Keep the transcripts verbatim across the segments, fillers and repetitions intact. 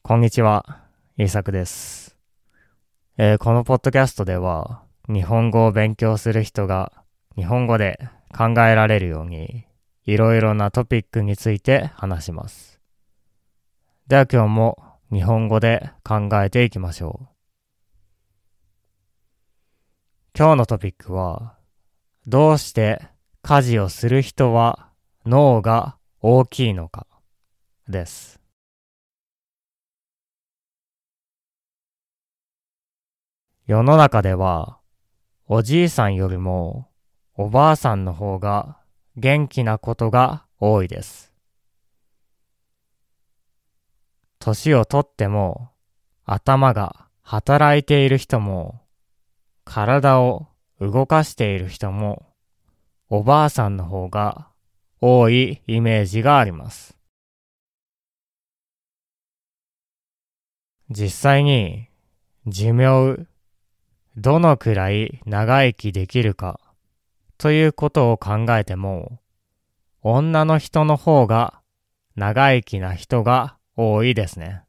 こんにちは、イーサクです、えー。このポッドキャストでは、日本語を勉強する人が日本語で考えられるように、いろいろなトピックについて話します。では今日も日本語で考えていきましょう。今日のトピックは、どうして家事をする人は脳が大きいのかです。世の中では、おじいさんよりもおばあさんの方が元気なことが多いです。年をとっても頭が働いている人も体を動かしている人もおばあさんの方が多いイメージがあります。実際に寿命どのくらい長生きできるかということを考えても、女の人の方が長生きな人が多いですね。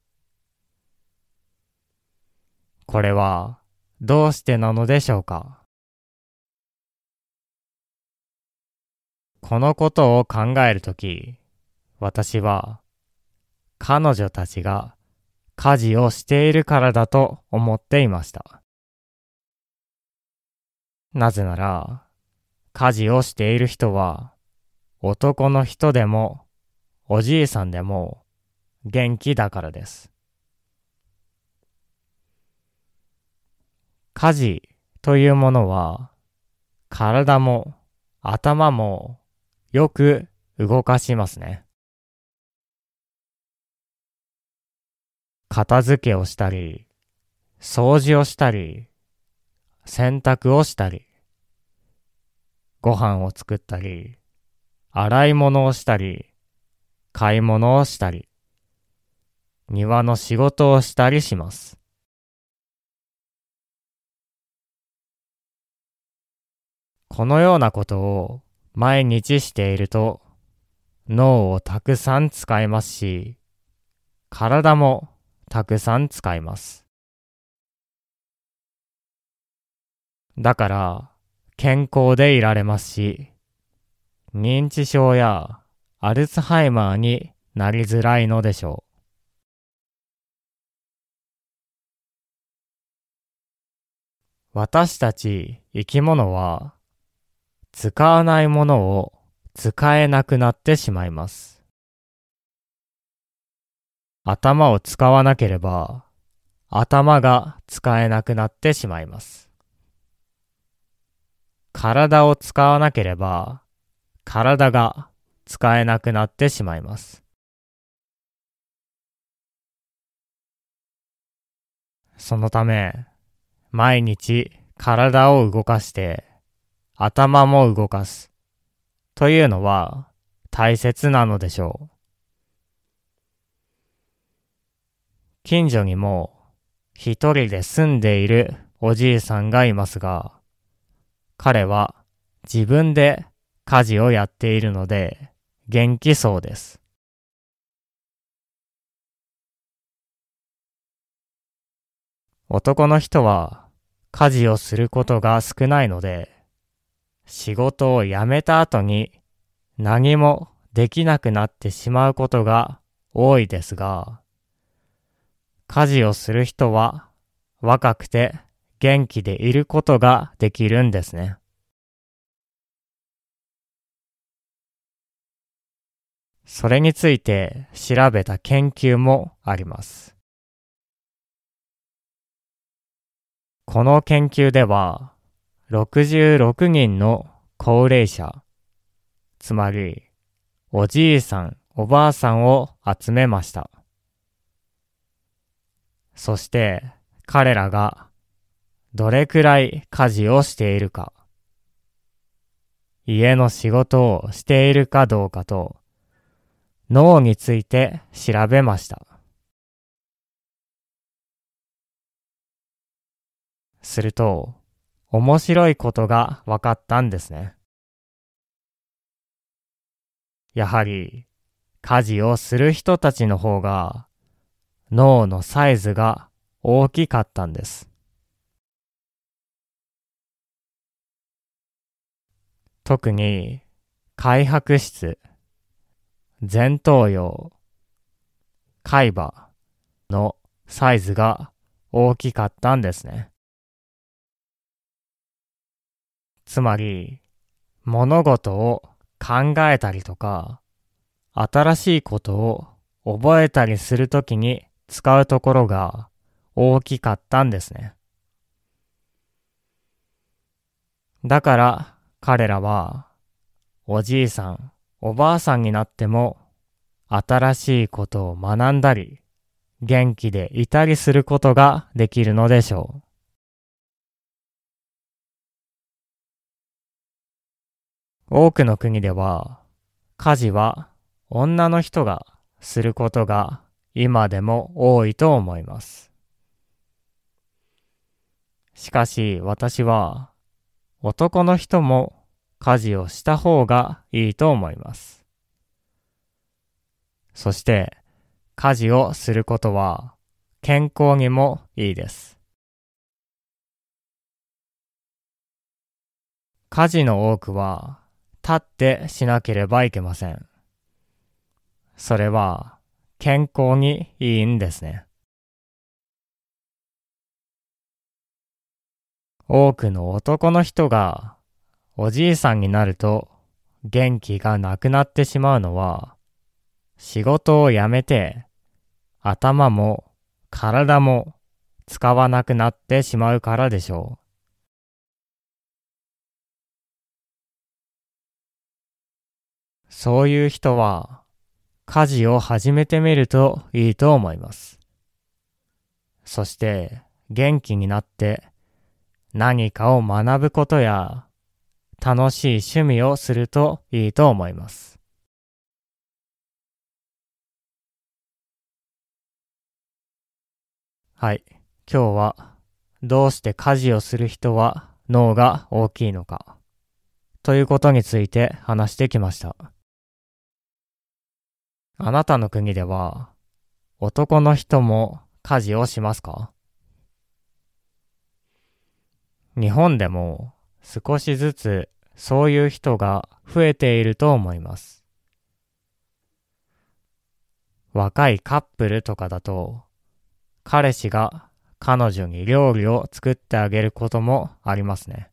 これはどうしてなのでしょうか。このことを考えるとき、私は彼女たちが家事をしているからだと思っていました。なぜなら、家事をしている人は、男の人でも、おじいさんでも、元気だからです。家事というものは、体も頭もよく動かしますね。片付けをしたり、掃除をしたり、洗濯をしたり、ご飯を作ったり、洗い物をしたり、買い物をしたり、庭の仕事をしたりします。このようなことを毎日していると、脳をたくさん使いますし、体もたくさん使います。だから、健康でいられますし、認知症やアルツハイマーになりづらいのでしょう。私たち生き物は、使わないものを使えなくなってしまいます。頭を使わなければ、頭が使えなくなってしまいます。体を使わなければ、体が使えなくなってしまいます。そのため、毎日体を動かして、頭も動かすというのは大切なのでしょう。近所にも一人で住んでいるおじいさんがいますが、彼は自分で家事をやっているので元気そうです。男の人は家事をすることが少ないので、仕事を辞めた後に何もできなくなってしまうことが多いですが、家事をする人は若くて元気でいることができるんですね。それについて調べた研究もあります。この研究では、ろくじゅうろくにんの高齢者、つまりおじいさん、おばあさんを集めました。そして彼らがどれくらい家事をしているか、家の仕事をしているかどうかと、脳について調べました。すると、面白いことが分かったんですね。やはり、家事をする人たちの方が、 脳のサイズが大きかったんです。特に開白質、前頭葉、海馬のサイズが大きかったんですね。つまり、物事を考えたりとか、新しいことを覚えたりするときに使うところが大きかったんですね。だから彼らはおじいさん、おばあさんになっても新しいことを学んだり、元気でいたりすることができるのでしょう。多くの国では、家事は女の人がすることが今でも多いと思います。しかし私は男の人も家事をした方がいいと思います。そして家事をすることは健康にもいいです。家事の多くは立ってしなければいけません。それは健康にいいんですね。多くの男の人がおじいさんになると元気がなくなってしまうのは、仕事を辞めて頭も体も使わなくなってしまうからでしょう。そういう人は家事を始めてみるといいと思います。そして元気になって何かを学ぶことや楽しい趣味をするといいと思います。はい。今日はどうして家事をする人は脳が大きいのかということについて話してきました。あなたの国では男の人も家事をしますか？日本でも少しずつそういう人が増えていると思います。若いカップルとかだと、彼氏が彼女に料理を作ってあげることもありますね。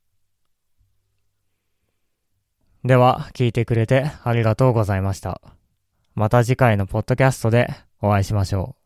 では、聞いてくれてありがとうございました。また次回のポッドキャストでお会いしましょう。